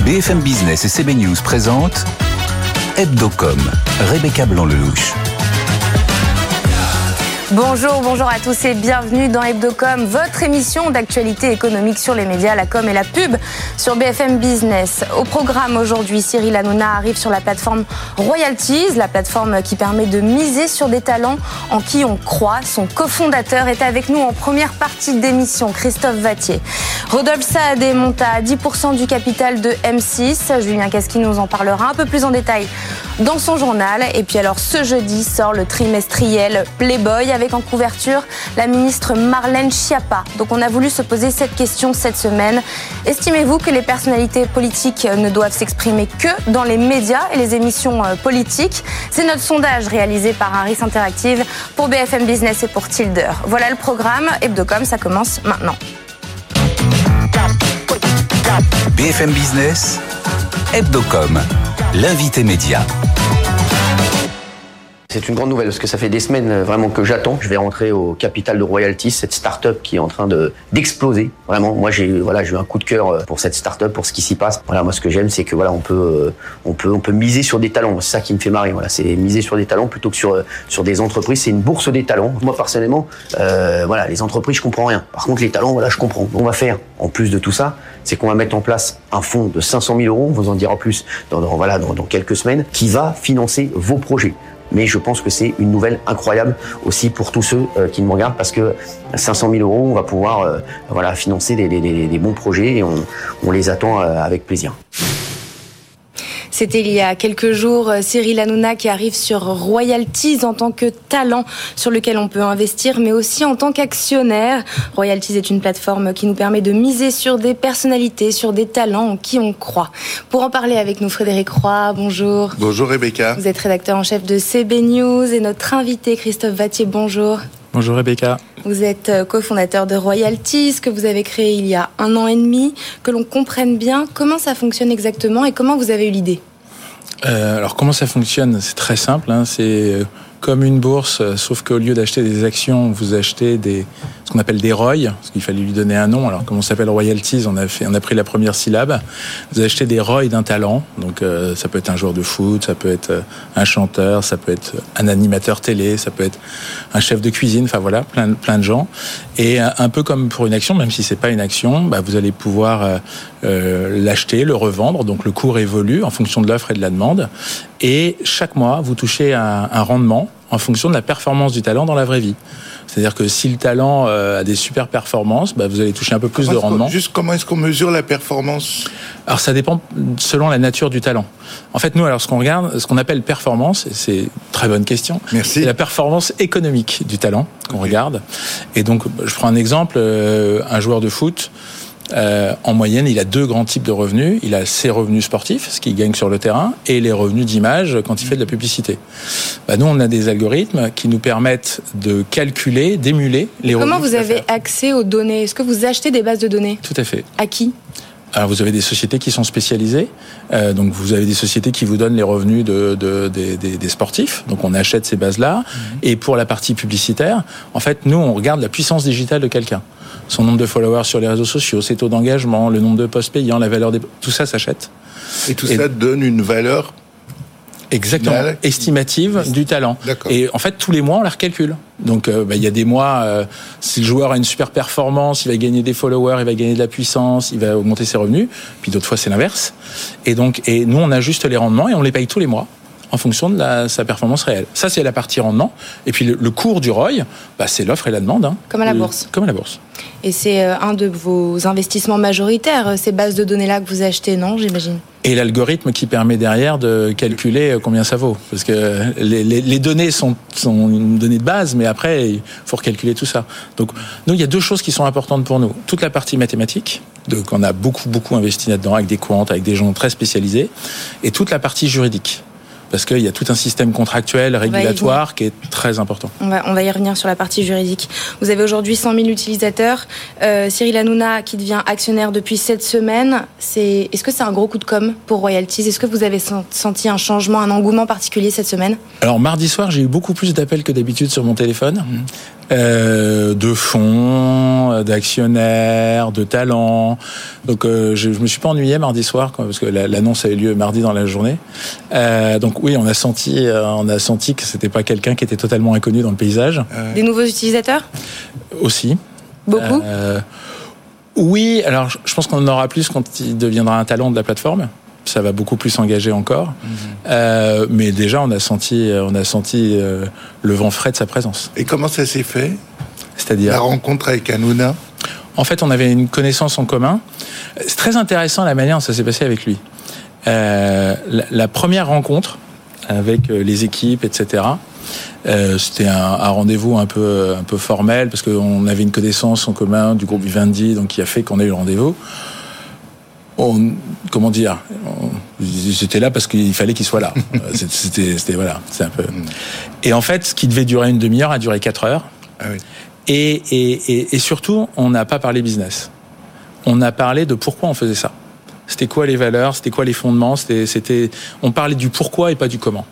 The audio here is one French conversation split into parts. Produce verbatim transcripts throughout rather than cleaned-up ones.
B F M Business et C B News présentent Hebdocom, Rebecca Blanc-Lelouch. Bonjour, bonjour à tous et bienvenue dans Hebdocom, votre émission d'actualité économique sur les médias, la com et la pub sur B F M Business. Au programme aujourd'hui, Cyril Hanouna arrive sur la plateforme Royalties, la plateforme qui permet de miser sur des talents en qui on croit. Son cofondateur est avec nous en première partie d'émission, Christophe Vattier. Rodolphe Saadé monte à dix pour cent du capital de M six. Julien Casqui nous en parlera un peu plus en détail dans son journal. Et puis alors, ce jeudi sort le trimestriel Playboy avec en couverture la ministre Marlène Schiappa. Donc on a voulu se poser cette question cette semaine. Estimez-vous que les personnalités politiques ne doivent s'exprimer que dans les médias et les émissions politiques? C'est notre sondage réalisé par Harris Interactive pour B F M Business et pour Tilder. Voilà le programme. Hebdocom, ça commence maintenant. B F M Business, Hebdocom, l'invité média. C'est une grande nouvelle parce que ça fait des semaines vraiment que j'attends. Je vais rentrer au capital de Royalties, cette start-up qui est en train de d'exploser. Vraiment, moi j'ai voilà, j'ai eu un coup de cœur pour cette start-up, pour ce qui s'y passe. Voilà, moi ce que j'aime, c'est que voilà, on peut on peut on peut miser sur des talents. C'est ça qui me fait marrer. Voilà, c'est miser sur des talents plutôt que sur sur des entreprises. C'est une bourse des talents. Moi personnellement, euh, voilà, les entreprises, je comprends rien. Par contre, les talents, voilà, je comprends. Donc, on va faire, en plus de tout ça, c'est qu'on va mettre en place un fonds de cinq cent mille euros. On vous en dira plus dans, dans voilà dans, dans quelques semaines, qui va financer vos projets. Mais je pense que c'est une nouvelle incroyable aussi pour tous ceux euh, qui me regardent, parce que cinq cent mille euros, on va pouvoir euh, voilà, financer des, des, des, des bons projets et on, on les attend euh, avec plaisir. C'était il y a quelques jours Cyril Hanouna qui arrive sur Royalties en tant que talent sur lequel on peut investir, mais aussi en tant qu'actionnaire. Royalties est une plateforme qui nous permet de miser sur des personnalités, sur des talents en qui on croit. Pour en parler avec nous, Frédéric Roy, bonjour. Bonjour Rebecca. Vous êtes rédacteur en chef de C B News et notre invité Christophe Vattier, bonjour. Bonjour Rebecca. Vous êtes cofondateur de Royalties, que vous avez créé il y a un an et demi. Que l'on comprenne bien comment ça fonctionne exactement et comment vous avez eu l'idée. Euh, alors comment ça fonctionne? C'est très simple, hein, c'est comme une bourse, sauf qu'au lieu d'acheter des actions, vous achetez des, ce qu'on appelle des R O I, parce qu'il fallait lui donner un nom. Alors comme on s'appelle Royalties, on a fait, on a pris la première syllabe. Vous achetez des R O I d'un talent, donc euh, ça peut être un joueur de foot, ça peut être un chanteur, ça peut être un animateur télé, ça peut être un chef de cuisine, enfin voilà, plein, plein de gens. Et un peu comme pour une action, même si c'est pas une action, bah, vous allez pouvoir euh, euh, l'acheter, le revendre, donc le cours évolue en fonction de l'offre et de la demande. Et chaque mois, vous touchez un, un rendement en fonction de la performance du talent dans la vraie vie. C'est-à-dire que si le talent euh, a des super performances, bah, vous allez toucher un peu plus comment de rendement. Juste comment est-ce qu'on mesure la performance? Alors ça dépend selon la nature du talent. En fait, nous, alors ce qu'on regarde, ce qu'on appelle performance, et c'est une très bonne question. Merci. C'est la performance économique du talent qu'on okay. regarde. Et donc, je prends un exemple, euh, un joueur de foot. Euh, en moyenne, il a deux grands types de revenus. Il a ses revenus sportifs, ce qu'il gagne sur le terrain, et les revenus d'image quand il fait de la publicité. Bah, nous, on a des algorithmes qui nous permettent de calculer, d'émuler les revenus. Comment vous avez accès aux données? Est-ce que vous achetez des bases de données? Tout à fait. À qui? Alors vous avez des sociétés qui sont spécialisées, euh, donc vous avez des sociétés qui vous donnent les revenus de, de, de, des, des sportifs, donc on achète ces bases-là. Mmh. Et pour la partie publicitaire, en fait, nous, on regarde la puissance digitale de quelqu'un. Son nombre de followers sur les réseaux sociaux, ses taux d'engagement, le nombre de posts payants, la valeur des... Tout ça s'achète. Et tout et... ça donne une valeur... Exactement, finale, estimative qui... du talent. D'accord. Et en fait, tous les mois, on la recalcule. Donc, euh, bah, il y a des mois, euh, si le joueur a une super performance, il va gagner des followers, il va gagner de la puissance, il va augmenter ses revenus. Puis d'autres fois, c'est l'inverse. Et donc, et nous, on ajuste les rendements et on les paye tous les mois en fonction de la, sa performance réelle. Ça, c'est la partie rendement. Et puis, le, le cours du R O I, bah, c'est l'offre et la demande. Hein. Comme à la bourse. Comme à la bourse. Et c'est un de vos investissements majoritaires, ces bases de données-là que vous achetez, non, j'imagine? Et l'algorithme qui permet derrière de calculer combien ça vaut. Parce que les, les, les données sont, sont une donnée de base, mais après, il faut recalculer tout ça. Donc, nous, il y a deux choses qui sont importantes pour nous. Toute la partie mathématique, donc on a beaucoup, beaucoup investi là-dedans, avec des quants, avec des gens très spécialisés, et toute la partie juridique. Parce qu'il y a tout un système contractuel, régulatoire qui est très important. On va, on va y revenir sur la partie juridique. Vous avez aujourd'hui cent mille utilisateurs. Euh, Cyril Hanouna qui devient actionnaire depuis cette semaine. C'est, est-ce que c'est un gros coup de com' pour Royalties? Est-ce que vous avez senti un changement, un engouement particulier cette semaine? Alors mardi soir, j'ai eu beaucoup plus d'appels que d'habitude sur mon téléphone. euh, de fonds, d'actionnaires, de talents. Donc euh, je, je me suis pas ennuyé mardi soir quoi, parce que la, l'annonce a eu lieu mardi dans la journée. Euh, donc oui, on a senti, euh, on a senti que c'était pas quelqu'un qui était totalement inconnu dans le paysage. Euh... Des nouveaux utilisateurs aussi. Beaucoup. Euh, oui, alors je pense qu'on en aura plus quand il deviendra un talent de la plateforme. Ça va beaucoup plus s'engager encore. Mmh. Euh, mais déjà, on a senti, on a senti euh, le vent frais de sa présence. Et comment ça s'est fait ? C'est-à-dire la rencontre avec Hanouna ? En fait, on avait une connaissance en commun. C'est très intéressant la manière dont ça s'est passé avec lui. Euh, la, la première rencontre avec les équipes, et cetera. Euh, c'était un, un rendez-vous un peu, un peu formel parce qu'on avait une connaissance en commun du groupe Vivendi, donc qui a fait qu'on a eu le rendez-vous. On, comment dire, on, j'étais là parce qu'il fallait qu'il soit là. C'était, c'était voilà, c'est un peu. Et en fait, ce qui devait durer une demi-heure a duré quatre heures. Ah oui. Et, et, et, et surtout, on n'a pas parlé business. On a parlé de pourquoi on faisait ça. C'était quoi les valeurs, c'était quoi les fondements. C'était, c'était, on parlait du pourquoi et pas du comment.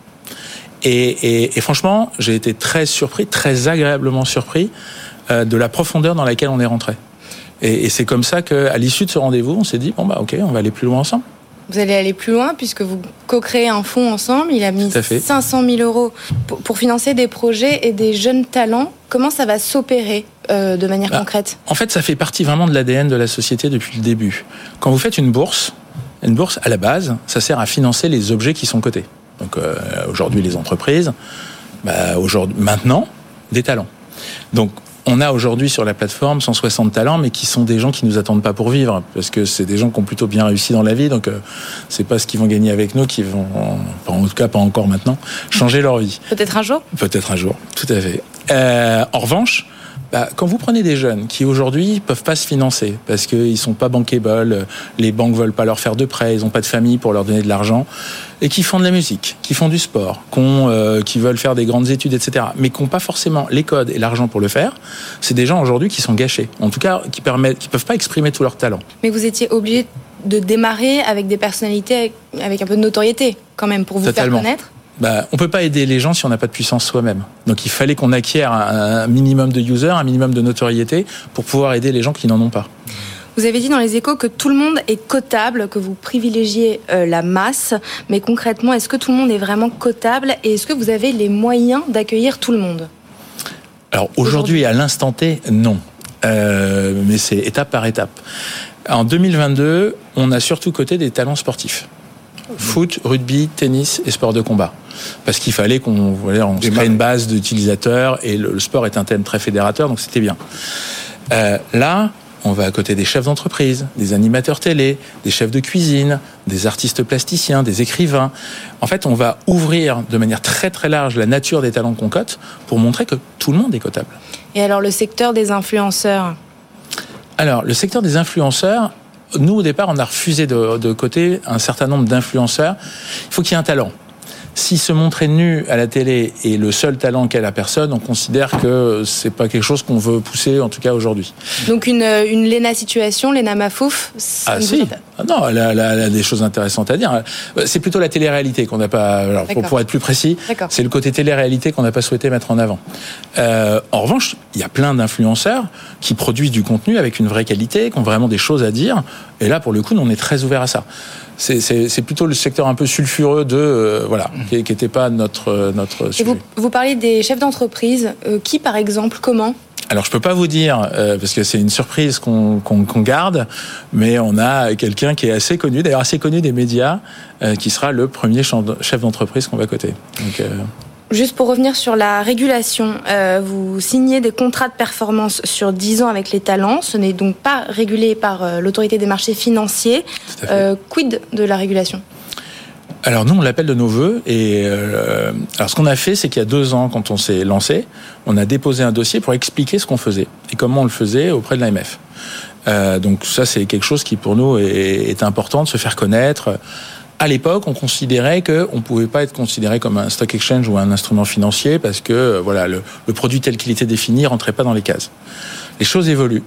Et, et, et franchement, j'ai été très surpris, très agréablement surpris euh, de la profondeur dans laquelle on est rentré. Et, et c'est comme ça qu'à l'issue de ce rendez-vous, on s'est dit, bon bah ok, on va aller plus loin ensemble. Vous allez aller plus loin puisque vous co-créez un fonds ensemble. Il a mis cinq cent mille euros pour, pour financer des projets et des jeunes talents. Comment ça va s'opérer euh, de manière bah, concrète ? En fait, ça fait partie vraiment de l'A D N de la société depuis le début. Quand vous faites une bourse, une bourse, à la base, ça sert à financer les objets qui sont cotés. Donc euh, aujourd'hui, les entreprises, bah, aujourd'hui, maintenant, des talents. Donc, on a aujourd'hui sur la plateforme cent soixante talents, mais qui sont des gens qui nous attendent pas pour vivre, parce que c'est des gens qui ont plutôt bien réussi dans la vie, donc euh, c'est pas ce qu'ils vont gagner avec nous qui vont, en tout cas pas encore maintenant, changer leur vie. Peut-être un jour ? Peut-être un jour, tout à fait. Euh, en revanche, bah, quand vous prenez des jeunes qui aujourd'hui peuvent pas se financer parce qu'ils sont pas bankable, les banques veulent pas leur faire de prêts, ils ont pas de famille pour leur donner de l'argent, et qui font de la musique, qui font du sport, qui, ont, euh, qui veulent faire des grandes études, et cetera, mais qui n'ont pas forcément les codes et l'argent pour le faire, c'est des gens aujourd'hui qui sont gâchés, en tout cas qui permettent, qui peuvent pas exprimer tout leur talent. Mais vous étiez obligé de démarrer avec des personnalités avec un peu de notoriété quand même pour vous Totalement. Faire connaître. Bah, on peut pas aider les gens si on n'a pas de puissance soi-même. Donc il fallait qu'on acquiert un, un minimum de users, un minimum de notoriété pour pouvoir aider les gens qui n'en ont pas. Vous avez dit dans les Échos que tout le monde est cotable, que vous privilégiez euh, la masse, mais concrètement, est-ce que tout le monde est vraiment cotable et est-ce que vous avez les moyens d'accueillir tout le monde ? Alors aujourd'hui, aujourd'hui. à l'instant T, non. Euh, mais c'est étape par étape. En deux mille vingt-deux, on a surtout coté des talents sportifs. Foot, rugby, tennis et sport de combat. Parce qu'il fallait qu'on voilà, on se crée une base d'utilisateurs et le, le sport est un thème très fédérateur, donc c'était bien. Euh, là, on va à côté des chefs d'entreprise, des animateurs télé, des chefs de cuisine, des artistes plasticiens, des écrivains. En fait, on va ouvrir de manière très très large la nature des talents qu'on cote pour montrer que tout le monde est cotable. Et alors le secteur des influenceurs ? Alors, le secteur des influenceurs, nous, au départ, on a refusé de, de coter un certain nombre d'influenceurs. Il faut qu'il y ait un talent. Si se montrer nu à la télé est le seul talent qu'a la personne, on considère que c'est pas quelque chose qu'on veut pousser, en tout cas aujourd'hui. Donc une, une Léna Situation, Léna Mafouf. Ah si. Ah non, elle a, elle a des choses intéressantes à dire. C'est plutôt la télé-réalité qu'on n'a pas. Alors, pour, pour être plus précis, D'accord. c'est le côté télé-réalité qu'on n'a pas souhaité mettre en avant. Euh, en revanche, il y a plein d'influenceurs qui produisent du contenu avec une vraie qualité, qui ont vraiment des choses à dire. Et là, pour le coup, nous, on est très ouverts à ça. C'est, c'est, c'est plutôt le secteur un peu sulfureux de euh, voilà, qui n'était pas notre notre sujet. Et vous, vous parlez des chefs d'entreprise, euh, qui par exemple, comment ? Alors je peux pas vous dire euh, parce que c'est une surprise qu'on, qu'on, qu'on garde, mais on a quelqu'un qui est assez connu, d'ailleurs assez connu des médias, euh, qui sera le premier chef d'entreprise qu'on va coter. Donc euh... Juste pour revenir sur la régulation, euh, vous signez des contrats de performance sur dix ans avec les talents. Ce n'est donc pas régulé par euh, l'autorité des marchés financiers. Euh, quid de la régulation ? Alors nous, on l'appelle de nos voeux. Et euh, alors ce qu'on a fait, c'est qu'il y a deux ans, quand on s'est lancé, on a déposé un dossier pour expliquer ce qu'on faisait et comment on le faisait auprès de l'A M F. Euh, donc ça, c'est quelque chose qui pour nous est, est important de se faire connaître. À l'époque, on considérait qu'on ne pouvait pas être considéré comme un stock exchange ou un instrument financier parce que voilà, le, le produit tel qu'il était défini ne rentrait pas dans les cases. Les choses évoluent.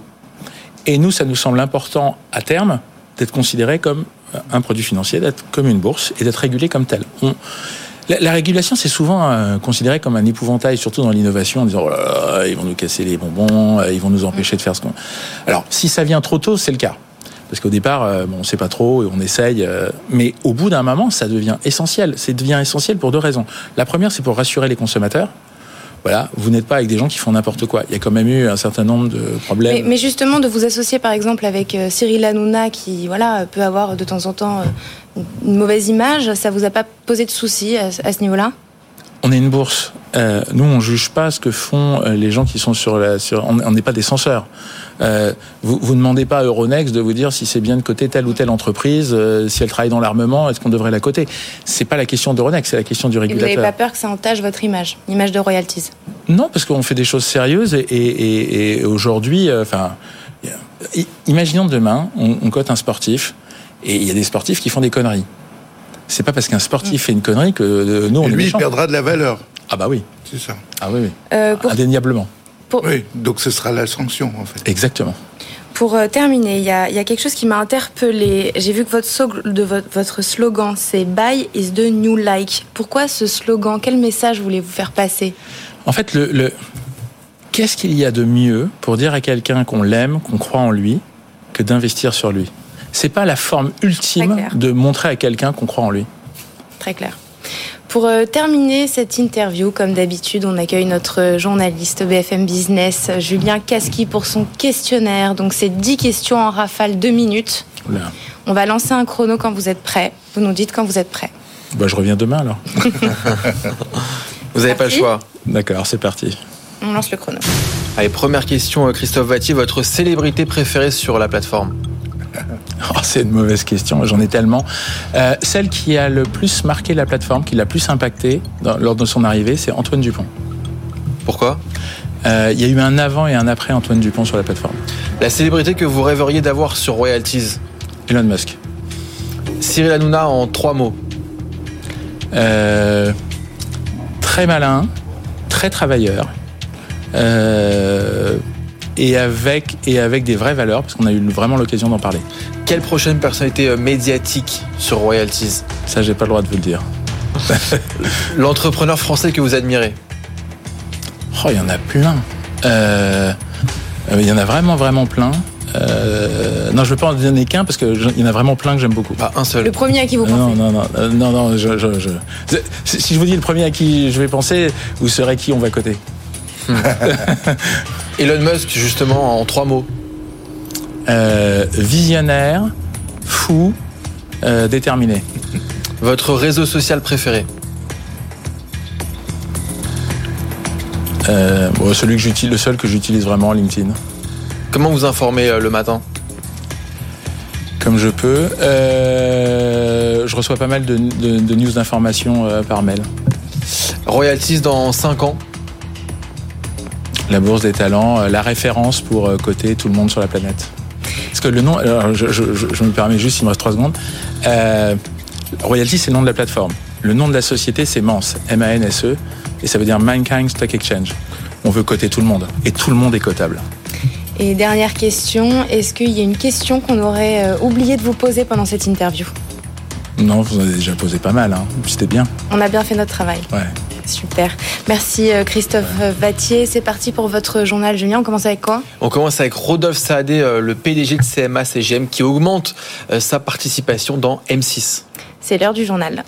Et nous, ça nous semble important à terme d'être considéré comme un produit financier, d'être comme une bourse et d'être régulé comme tel. On, La, la régulation, c'est souvent euh, considéré comme un épouvantail, surtout dans l'innovation, en disant oh là là, ils vont nous casser les bonbons, euh, ils vont nous empêcher de faire ce qu'on... Alors, si ça vient trop tôt, c'est le cas. Parce qu'au départ, euh, bon, on ne sait pas trop, et on essaye. Euh, mais au bout d'un moment, ça devient essentiel. Ça devient essentiel pour deux raisons. La première, c'est pour rassurer les consommateurs. Voilà, vous n'êtes pas avec des gens qui font n'importe quoi. Il y a quand même eu un certain nombre de problèmes. Mais, mais justement, de vous associer par exemple avec euh, Cyril Hanouna, qui voilà, peut avoir de temps en temps euh, une mauvaise image, ça vous a pas posé de soucis à, à ce niveau-là ? On est une bourse. Euh, nous, on juge pas ce que font les gens qui sont sur la... Sur, on n'est pas des censeurs. Euh, vous vous demandez pas à Euronext de vous dire si c'est bien de coter telle ou telle entreprise, euh, si elle travaille dans l'armement, est-ce qu'on devrait la coter ? C'est pas la question d'Euronext, c'est la question du régulateur. Et vous n'avez pas peur que ça entache votre image, l'image de Royalties ? Non, parce qu'on fait des choses sérieuses et, et, et aujourd'hui, enfin, euh, imaginons demain, on, on cote un sportif et il y a des sportifs qui font des conneries. C'est pas parce qu'un sportif mmh. fait une connerie que euh, nous on et est lui, méchants. Il perdra de la valeur. Ah bah oui. C'est ça. Ah oui, oui. Euh, pour... Indéniablement. Pour... Oui, donc ce sera la sanction en fait. Exactement. Pour euh, terminer, il y a, y a quelque chose qui m'a interpellée. J'ai vu que votre, so- de votre, votre slogan, c'est « Buy is the new like ». Pourquoi ce slogan ? Quel message voulez-vous faire passer ? En fait, le, le... qu'est-ce qu'il y a de mieux pour dire à quelqu'un qu'on l'aime, qu'on croit en lui, que d'investir sur lui ? C'est pas la forme ultime de montrer à quelqu'un qu'on croit en lui. Très clair. Pour euh, terminer cette interview, comme d'habitude, on accueille notre journaliste B F M Business, Julien Casqui, pour son questionnaire. Donc, c'est dix questions en rafale, deux minutes. Oula. On va lancer un chrono quand vous êtes prêt. Vous nous dites quand vous êtes prêt. Bah, je reviens demain, alors. Vous n'avez pas le choix. D'accord, c'est parti. On lance le chrono. Allez, première question, Christophe Vattier, votre célébrité préférée sur la plateforme ? Oh, c'est une mauvaise question, j'en ai tellement. Euh, celle qui a le plus marqué la plateforme, qui l'a plus impacté dans, lors de son arrivée, c'est Antoine Dupont. Pourquoi ? euh, Il y a eu un avant et un après Antoine Dupont sur la plateforme. La célébrité que vous rêveriez d'avoir sur Royalties ? Elon Musk. Cyril Hanouna en trois mots. Euh, très malin, très travailleur, euh, et avec, et avec des vraies valeurs, parce qu'on a eu vraiment l'occasion d'en parler. Quelle prochaine personnalité médiatique sur Royalties ? Ça, j'ai pas le droit de vous le dire. L'entrepreneur français que vous admirez ? Oh, il y en a plein. Euh, il y en a vraiment, vraiment plein. Euh, non, je ne veux pas en donner qu'un parce qu'il y en a vraiment plein que j'aime beaucoup. Pas un seul. Le premier à qui vous pensez ? Non, non, non, euh, non, non je, je, je... Si je vous dis le premier à qui je vais penser, vous saurez qui on va coter. Hmm. Elon Musk, justement, en trois mots. Euh, visionnaire, fou, euh, déterminé. Votre réseau social préféré ? euh, bon, celui que j'utilise, le seul que j'utilise vraiment, LinkedIn. Comment vous informez le matin ? Comme je peux. Euh, je reçois pas mal de, de, de news d'informations euh, par mail. Royalties dans cinq ans ? La bourse des talents, la référence pour coter tout le monde sur la planète. Parce que le nom, alors je, je, je me permets juste, il me reste trois secondes. Euh, Royalties, c'est le nom de la plateforme. Le nom de la société, c'est M A N S, M A N S E, et ça veut dire Mankind Stock Exchange. On veut coter tout le monde, et tout le monde est cotable. Et dernière question, est-ce qu'il y a une question qu'on aurait oublié de vous poser pendant cette interview ? Non, vous en avez déjà posé pas mal, hein. C'était bien. On a bien fait notre travail. Ouais. Super. Merci Christophe ouais. Vattier. C'est parti pour votre journal, Julien. On commence avec quoi ? On commence avec Rodolphe Saadé, le P D G de C M A C G M, qui augmente sa participation dans M six. C'est l'heure du journal.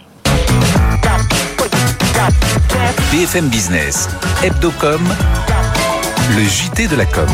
B F M Business, Hebdocom, le J T de la com.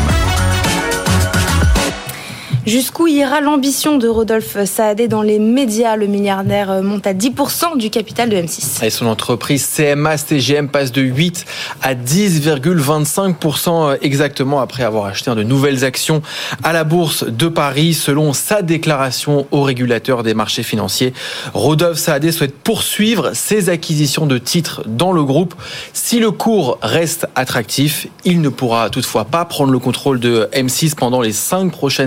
Jusqu'où ira l'ambition de Rodolphe Saadé dans les médias ? Le milliardaire monte à dix pour cent du capital de M six. Et son entreprise C M A C G M passe de huit à dix virgule vingt-cinq pour cent exactement après avoir acheté de nouvelles actions à la Bourse de Paris. Selon sa déclaration au régulateur des marchés financiers, Rodolphe Saadé souhaite poursuivre ses acquisitions de titres dans le groupe. Si le cours reste attractif, il ne pourra toutefois pas prendre le contrôle de M six pendant les cinq prochaines années.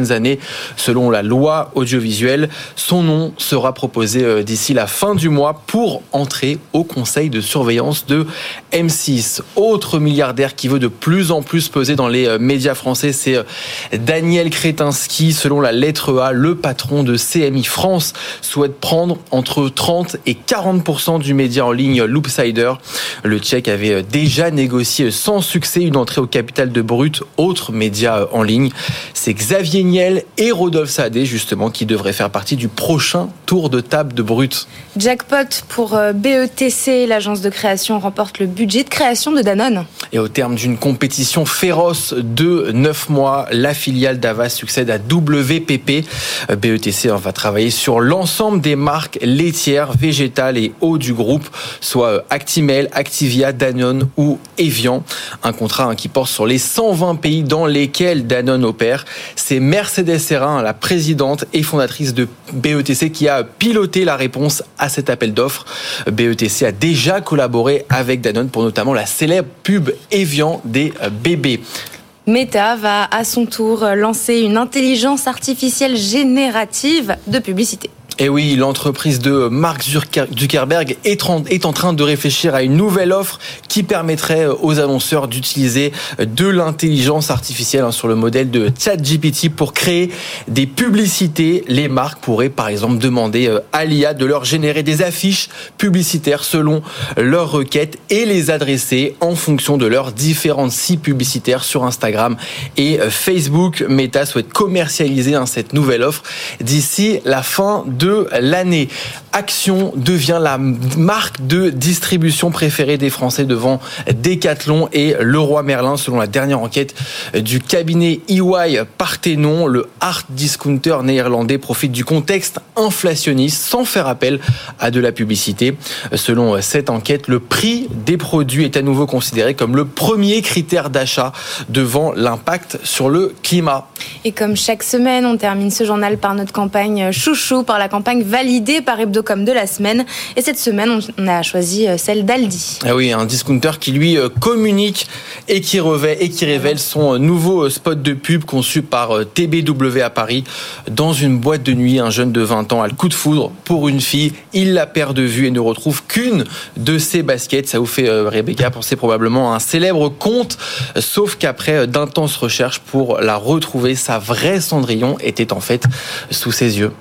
selon la loi audiovisuelle. Son nom sera proposé d'ici la fin du mois pour entrer au conseil de surveillance de M six. Autre milliardaire qui veut de plus en plus peser dans les médias français, c'est Daniel Kretinsky. Selon la lettre A, le patron de C M I France souhaite prendre entre trente et quarante pour cent du média en ligne Loopsider. Le Tchèque avait déjà négocié sans succès une entrée au capital de Brut, autre média en ligne. C'est Xavier Niel et Rodolphe Saadé, justement, qui devraient faire partie du prochain tour de table de Brut. Jackpot pour B E T C, l'agence de création remporte le budget de création de Danone. Et au terme d'une compétition féroce de neuf mois, la filiale d'Havas succède à W P P. B E T C va travailler sur l'ensemble des marques laitières, végétales et eau du groupe, soit Actimel, Activia, Danone ou Evian. Un contrat qui porte sur les cent vingt pays dans lesquels Danone opère. C'est Mercedes Serrin, la présidente et fondatrice de B E T C, qui a piloté la réponse à cet appel d'offres. B E T C a déjà collaboré avec Danone pour notamment la célèbre pub Evian des bébés. Meta va à son tour lancer une intelligence artificielle générative de publicité. Et oui, l'entreprise de Mark Zuckerberg est en train de réfléchir à une nouvelle offre qui permettrait aux annonceurs d'utiliser de l'intelligence artificielle sur le modèle de ChatGPT pour créer des publicités. Les marques pourraient par exemple demander à l'I A de leur générer des affiches publicitaires selon leurs requêtes et les adresser en fonction de leurs différentes sites publicitaires sur Instagram et Facebook. Meta souhaite commercialiser cette nouvelle offre d'ici la fin de de l'année. Action devient la marque de distribution préférée des Français devant Decathlon et Leroy Merlin. Selon la dernière enquête du cabinet E Y Parthenon, le hard discounter néerlandais profite du contexte inflationniste sans faire appel à de la publicité. Selon cette enquête, le prix des produits est à nouveau considéré comme le premier critère d'achat devant l'impact sur le climat. Et comme chaque semaine, on termine ce journal par notre campagne chouchou, par la campagne validée par Hebdocom de la semaine. Et cette semaine, on a choisi celle d'Aldi. Ah oui, un discounter qui lui communique et qui révèle, et qui révèle son nouveau spot de pub conçu par T B W à Paris. Dans une boîte de nuit, un jeune de vingt ans a le coup de foudre pour une fille. Il la perd de vue et ne retrouve qu'une de ses baskets. Ça vous fait, Rebecca, penser probablement à un célèbre conte. Sauf qu'après d'intenses recherches pour la retrouver, sa vraie Cendrillon était en fait sous ses yeux.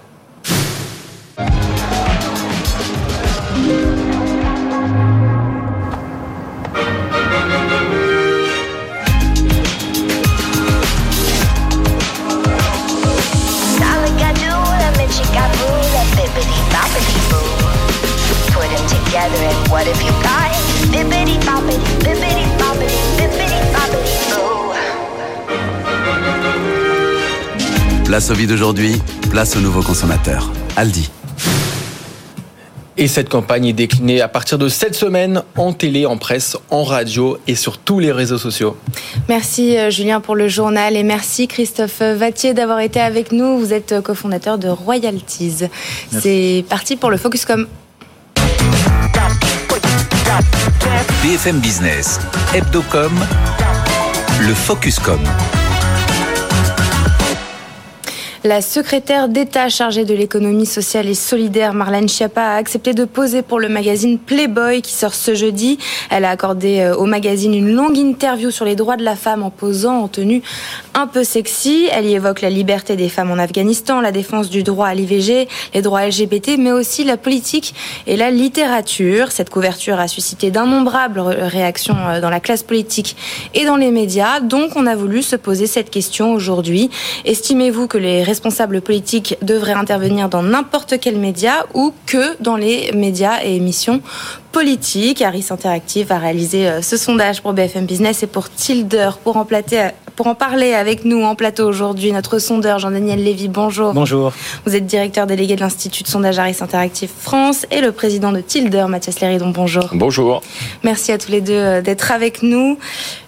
Place aux vies d'aujourd'hui, place aux nouveaux consommateurs. Aldi. Et cette campagne est déclinée à partir de cette semaine en télé, en presse, en radio et sur tous les réseaux sociaux. Merci Julien pour le journal et merci Christophe Vattier d'avoir été avec nous. Vous êtes cofondateur de Royalties. Merci. C'est parti pour le Focuscom. B F M Business, Hebdocom, le Focuscom. La secrétaire d'État chargée de l'économie sociale et solidaire, Marlène Schiappa, a accepté de poser pour le magazine Playboy qui sort ce jeudi. Elle a accordé au magazine une longue interview sur les droits de la femme en posant en tenue un peu sexy. Elle y évoque la liberté des femmes en Afghanistan, la défense du droit à l'I V G, les droits L G B T, mais aussi la politique et la littérature. Cette couverture a suscité d'innombrables réactions dans la classe politique et dans les médias. Donc, on a voulu se poser cette question aujourd'hui. Estimez-vous que les responsables politiques devraient intervenir dans n'importe quel média ou que dans les médias et émissions politiques? Harris Interactive a réalisé ce sondage pour B F M Business et pour Tilder. Pour en, plater, pour en parler avec nous en plateau aujourd'hui, notre sondeur Jean-Daniel Lévy, bonjour. Bonjour. Vous êtes directeur délégué de l'Institut de sondage Harris Interactive France et le président de Tilder, Mathias Léridon, bonjour. Bonjour. Merci à tous les deux d'être avec nous.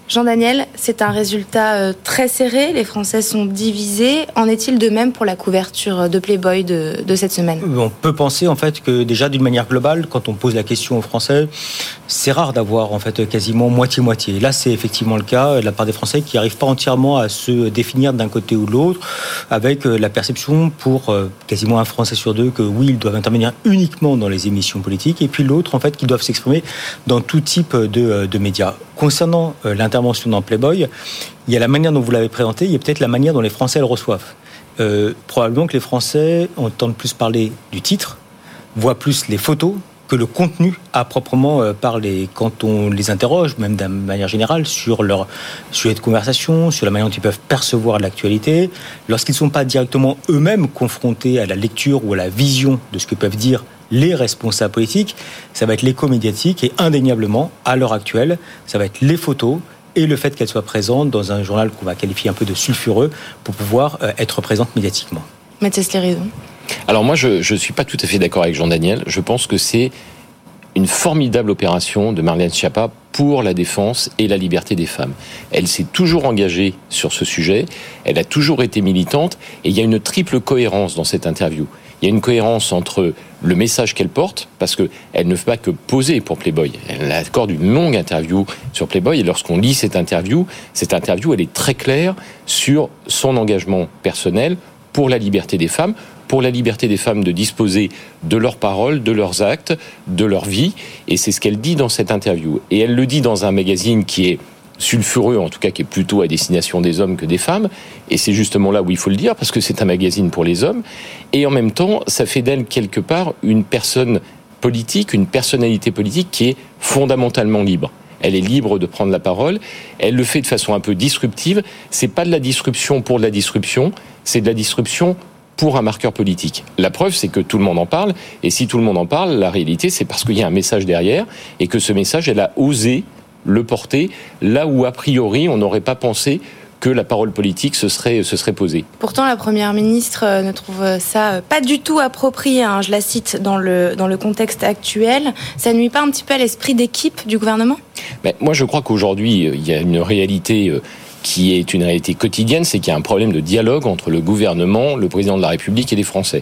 Jean-Daniel, c'est un résultat euh, très serré, les Français sont divisés. En est-il de même pour la couverture de Playboy de, de cette semaine ? On peut penser en fait que déjà d'une manière globale, quand on pose la question aux Français, c'est rare d'avoir en fait quasiment moitié-moitié. Là, c'est effectivement le cas de la part des Français qui n'arrivent pas entièrement à se définir d'un côté ou de l'autre, avec la perception pour euh, quasiment un Français sur deux que oui, ils doivent intervenir uniquement dans les émissions politiques, et puis l'autre en fait qu'ils doivent s'exprimer dans tout type de, de médias. Concernant euh, l'intervention dans Playboy, il y a la manière dont vous l'avez présenté, il y a peut-être la manière dont les Français le reçoivent. Euh, probablement que les Français entendent plus parler du titre, voient plus les photos que le contenu à proprement euh, parler. Quand on les interroge, même d'une manière générale, sur leur sujet de conversation, sur la manière dont ils peuvent percevoir l'actualité, lorsqu'ils ne sont pas directement eux-mêmes confrontés à la lecture ou à la vision de ce que peuvent dire les responsables politiques, ça va être l'écho médiatique et indéniablement, à l'heure actuelle, ça va être les photos et le fait qu'elles soient présentes dans un journal qu'on va qualifier un peu de sulfureux pour pouvoir être présentes médiatiquement. Mathias Lérizon. Alors moi, je ne suis pas tout à fait d'accord avec Jean-Daniel. Je pense que c'est une formidable opération de Marlène Schiappa pour la défense et la liberté des femmes. Elle s'est toujours engagée sur ce sujet, elle a toujours été militante, et il y a une triple cohérence dans cette interview. Il y a une cohérence entre le message qu'elle porte, parce qu'elle ne fait pas que poser pour Playboy. Elle accorde une longue interview sur Playboy, et lorsqu'on lit cette interview, cette interview, elle est très claire sur son engagement personnel pour la liberté des femmes, pour la liberté des femmes de disposer de leurs paroles, de leurs actes, de leur vie, et c'est ce qu'elle dit dans cette interview. Et elle le dit dans un magazine qui est sulfureux, en tout cas qui est plutôt à destination des hommes que des femmes, et c'est justement là où il faut le dire, parce que c'est un magazine pour les hommes, et en même temps, ça fait d'elle quelque part une personne politique, une personnalité politique qui est fondamentalement libre. Elle est libre de prendre la parole, elle le fait de façon un peu disruptive, c'est pas de la disruption pour de la disruption, c'est de la disruption pour un marqueur politique. La preuve, c'est que tout le monde en parle, et si tout le monde en parle, la réalité, c'est parce qu'il y a un message derrière, et que ce message, elle a osé le porter là où, a priori, on n'aurait pas pensé que la parole politique se serait, se serait posée. Pourtant, la Première ministre ne trouve ça pas du tout approprié, hein, je la cite, dans le, dans le contexte actuel. Ça nuit pas un petit peu à l'esprit d'équipe du gouvernement ? Mais moi, je crois qu'aujourd'hui, il y a une réalité qui est une réalité quotidienne, c'est qu'il y a un problème de dialogue entre le gouvernement, le président de la République et les Français.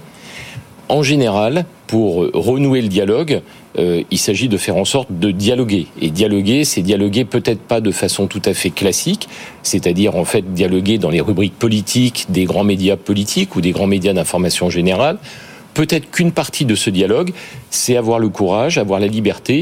En général, pour renouer le dialogue, euh, il s'agit de faire en sorte de dialoguer. Et dialoguer, c'est dialoguer peut-être pas de façon tout à fait classique, c'est-à-dire en fait dialoguer dans les rubriques politiques des grands médias politiques ou des grands médias d'information générale. Peut-être qu'une partie de ce dialogue, c'est avoir le courage, avoir la liberté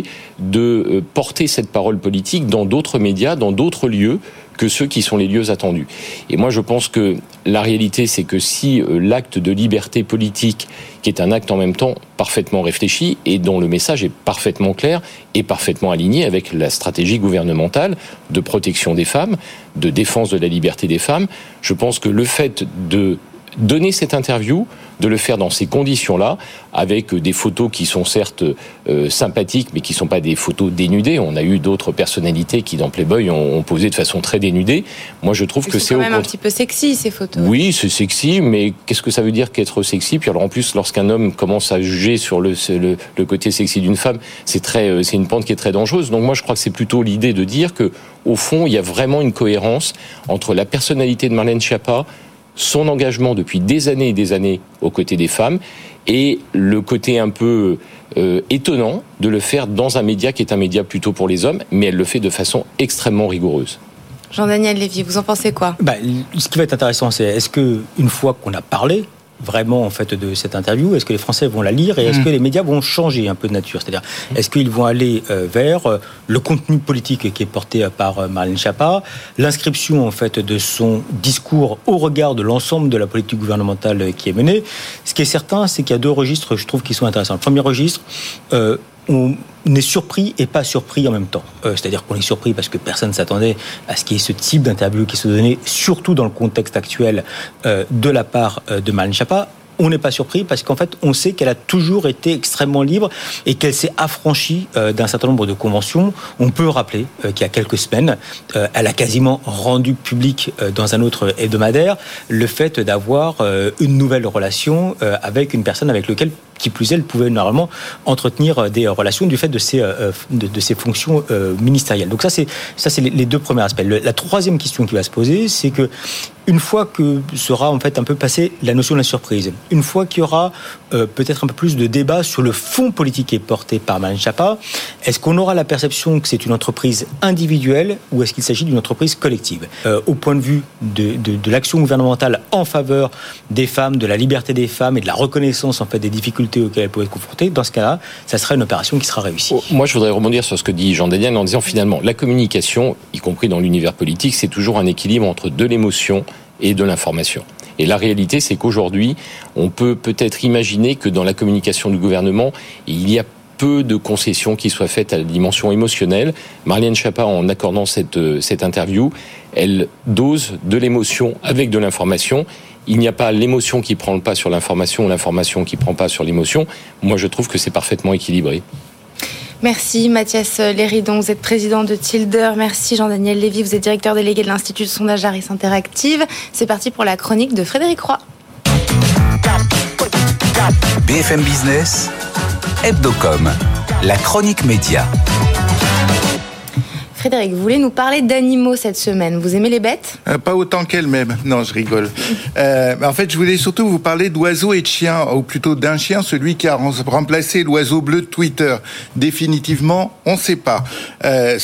de porter cette parole politique dans d'autres médias, dans d'autres lieux que ceux qui sont les lieux attendus. Et moi, je pense que la réalité, c'est que si l'acte de liberté politique, qui est un acte en même temps parfaitement réfléchi et dont le message est parfaitement clair et parfaitement aligné avec la stratégie gouvernementale de protection des femmes, de défense de la liberté des femmes, je pense que le fait de donner cette interview, de le faire dans ces conditions-là, avec des photos qui sont certes euh, sympathiques, mais qui ne sont pas des photos dénudées. On a eu d'autres personnalités qui, dans Playboy, ont, ont posé de façon très dénudée. Moi, je trouve Ils que sont c'est... quand au même contre... un petit peu sexy, ces photos. Oui, c'est sexy, mais qu'est-ce que ça veut dire qu'être sexy ? Puis alors, en plus, lorsqu'un homme commence à juger sur le, le, le côté sexy d'une femme, c'est, très, c'est une pente qui est très dangereuse. Donc moi, je crois que c'est plutôt l'idée de dire que, au fond, il y a vraiment une cohérence entre la personnalité de Marlène Schiappa, son engagement depuis des années et des années aux côtés des femmes, et le côté un peu euh, étonnant de le faire dans un média qui est un média plutôt pour les hommes, mais elle le fait de façon extrêmement rigoureuse. Jean-Daniel Lévy, vous en pensez quoi ? Bah, ce qui va être intéressant, c'est est-ce que une fois qu'on a parlé vraiment en fait de cette interview, est-ce que les Français vont la lire et est-ce mmh. que les médias vont changer un peu de nature ? C'est-à-dire, est-ce qu'ils vont aller euh, vers euh, le contenu politique qui est porté par euh, Marlène Schiappa, l'inscription en fait de son discours au regard de l'ensemble de la politique gouvernementale qui est menée ? Ce qui est certain, c'est qu'il y a deux registres, je trouve, qui sont intéressants. Le premier registre, euh, on est surpris et pas surpris en même temps. Euh, c'est-à-dire qu'on est surpris parce que personne ne s'attendait à ce qu'il y ait ce type d'interview qui se donnait, surtout dans le contexte actuel, euh, de la part euh, de Marlène Schiappa. On n'est pas surpris parce qu'en fait, on sait qu'elle a toujours été extrêmement libre et qu'elle s'est affranchie euh, d'un certain nombre de conventions. On peut rappeler euh, qu'il y a quelques semaines, euh, elle a quasiment rendu public euh, dans un autre hebdomadaire le fait d'avoir euh, une nouvelle relation euh, avec une personne avec laquelle qui plus est, elle pouvait normalement entretenir des relations du fait de ses, de, de ses fonctions ministérielles. Donc ça, c'est, ça, c'est les deux premiers aspects. Le, la troisième question qui va se poser, c'est que une fois que sera en fait un peu passée la notion de la surprise, une fois qu'il y aura euh, peut-être un peu plus de débat sur le fond politique qui est porté par Marlène Schiappa, est-ce qu'on aura la perception que c'est une entreprise individuelle ou est-ce qu'il s'agit d'une entreprise collective ? euh, Au point de vue de, de, de l'action gouvernementale en faveur des femmes, de la liberté des femmes et de la reconnaissance en fait des difficultés auxquelles elles peuvent être confrontées, dans ce cas-là, ça sera une opération qui sera réussie. Moi, je voudrais rebondir sur ce que dit Jean-Daniel en disant finalement, la communication, y compris dans l'univers politique, c'est toujours un équilibre entre de l'émotion et de l'information. Et la réalité, c'est qu'aujourd'hui, on peut peut-être imaginer que dans la communication du gouvernement, il y a peu de concessions qui soient faites à la dimension émotionnelle. Marlène Schiappa, en accordant cette, cette interview, elle dose de l'émotion avec de l'information. Il n'y a pas l'émotion qui prend le pas sur l'information, l'information qui prend pas sur l'émotion. Moi, je trouve que c'est parfaitement équilibré. Merci Mathias Léridon, vous êtes président de Tilder. Merci Jean-Daniel Lévy, vous êtes directeur délégué de l'Institut de sondage Harris Interactive. C'est parti pour la chronique de Frédéric Roy. B F M Business, Hebdocom, la chronique média. Frédéric, vous voulez nous parler d'animaux cette semaine. Vous aimez les bêtes ? euh, Pas autant qu'elles-mêmes. Non, je rigole. Euh, en fait, je voulais surtout vous parler d'oiseaux et de chiens, ou plutôt d'un chien, celui qui a remplacé l'oiseau bleu de Twitter. Définitivement, on ne sait pas. Euh,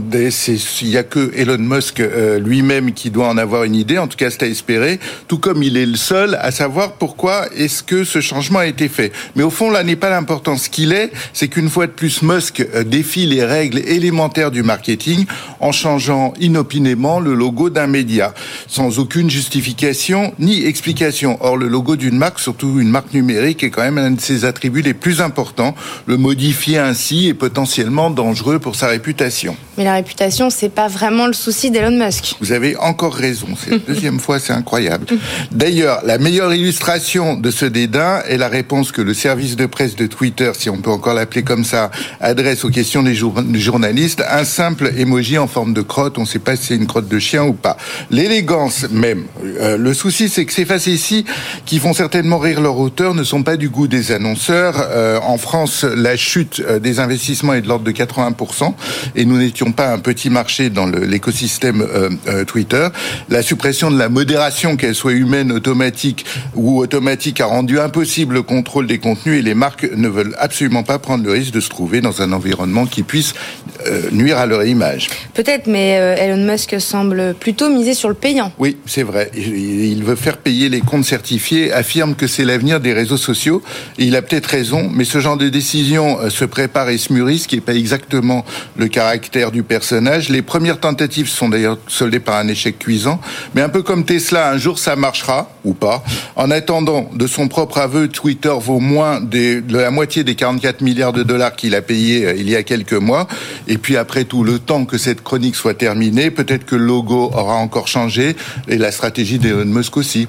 il n'y a que Elon Musk euh, lui-même qui doit en avoir une idée, en tout cas c'est à espérer, tout comme il est le seul à savoir pourquoi est-ce que ce changement a été fait. Mais au fond, là n'est pas l'important. Ce qu'il est, c'est qu'une fois de plus, Musk euh, défie les règles élémentaires du marketing en changeant inopinément le logo d'un média, sans aucune justification ni explication. Or, le logo d'une marque, surtout une marque numérique, est quand même un de ses attributs les plus importants. Le modifier ainsi est potentiellement dangereux pour sa réputation. Mais la réputation, c'est pas vraiment le souci d'Elon Musk. Vous avez encore raison. C'est la deuxième fois, c'est incroyable. D'ailleurs, la meilleure illustration de ce dédain est la réponse que le service de presse de Twitter, si on peut encore l'appeler comme ça, adresse aux questions des journalistes. Un simple emoji en forme de crotte, on ne sait pas si c'est une crotte de chien ou pas. L'élégance même. Euh, le souci, c'est que ces facéties qui font certainement rire leur auteur ne sont pas du goût des annonceurs. Euh, en France, la chute des investissements est de l'ordre de quatre-vingts pour cent et nous n'étions pas un petit marché dans le, l'écosystème euh, euh, Twitter. La suppression de la modération, qu'elle soit humaine, automatique ou automatique, a rendu impossible le contrôle des contenus et les marques ne veulent absolument pas prendre le risque de se trouver dans un environnement qui puisse euh, nuire à leur image. Peut-être, mais Elon Musk semble plutôt miser sur le payant. Oui, c'est vrai. Il veut faire payer les comptes certifiés, affirme que c'est l'avenir des réseaux sociaux. Et il a peut-être raison, mais ce genre de décision se prépare et se mûrit, ce qui n'est pas exactement le caractère du personnage. Les premières tentatives sont d'ailleurs soldées par un échec cuisant, mais un peu comme Tesla, un jour ça marchera, ou pas. En attendant, de son propre aveu, Twitter vaut moins des, de la moitié des quarante-quatre milliards de dollars qu'il a payé il y a quelques mois. Et puis après tout, le temps que cette chronique soit terminée, peut-être que le logo aura encore changé et la stratégie d'Elon Musk aussi.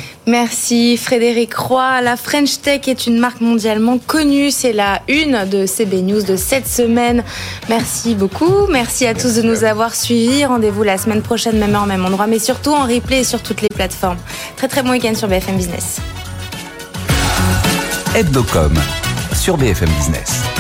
Merci Frédéric Roy. La French Tech est une marque mondialement connue. C'est la une de C B News de cette semaine. Merci beaucoup. Merci à tous de nous avoir suivis. Rendez-vous la semaine prochaine, même heure, même endroit, mais surtout en replay et sur toutes les plateformes. Très très bon week-end sur B F M Business. Hebdocom sur B F M Business.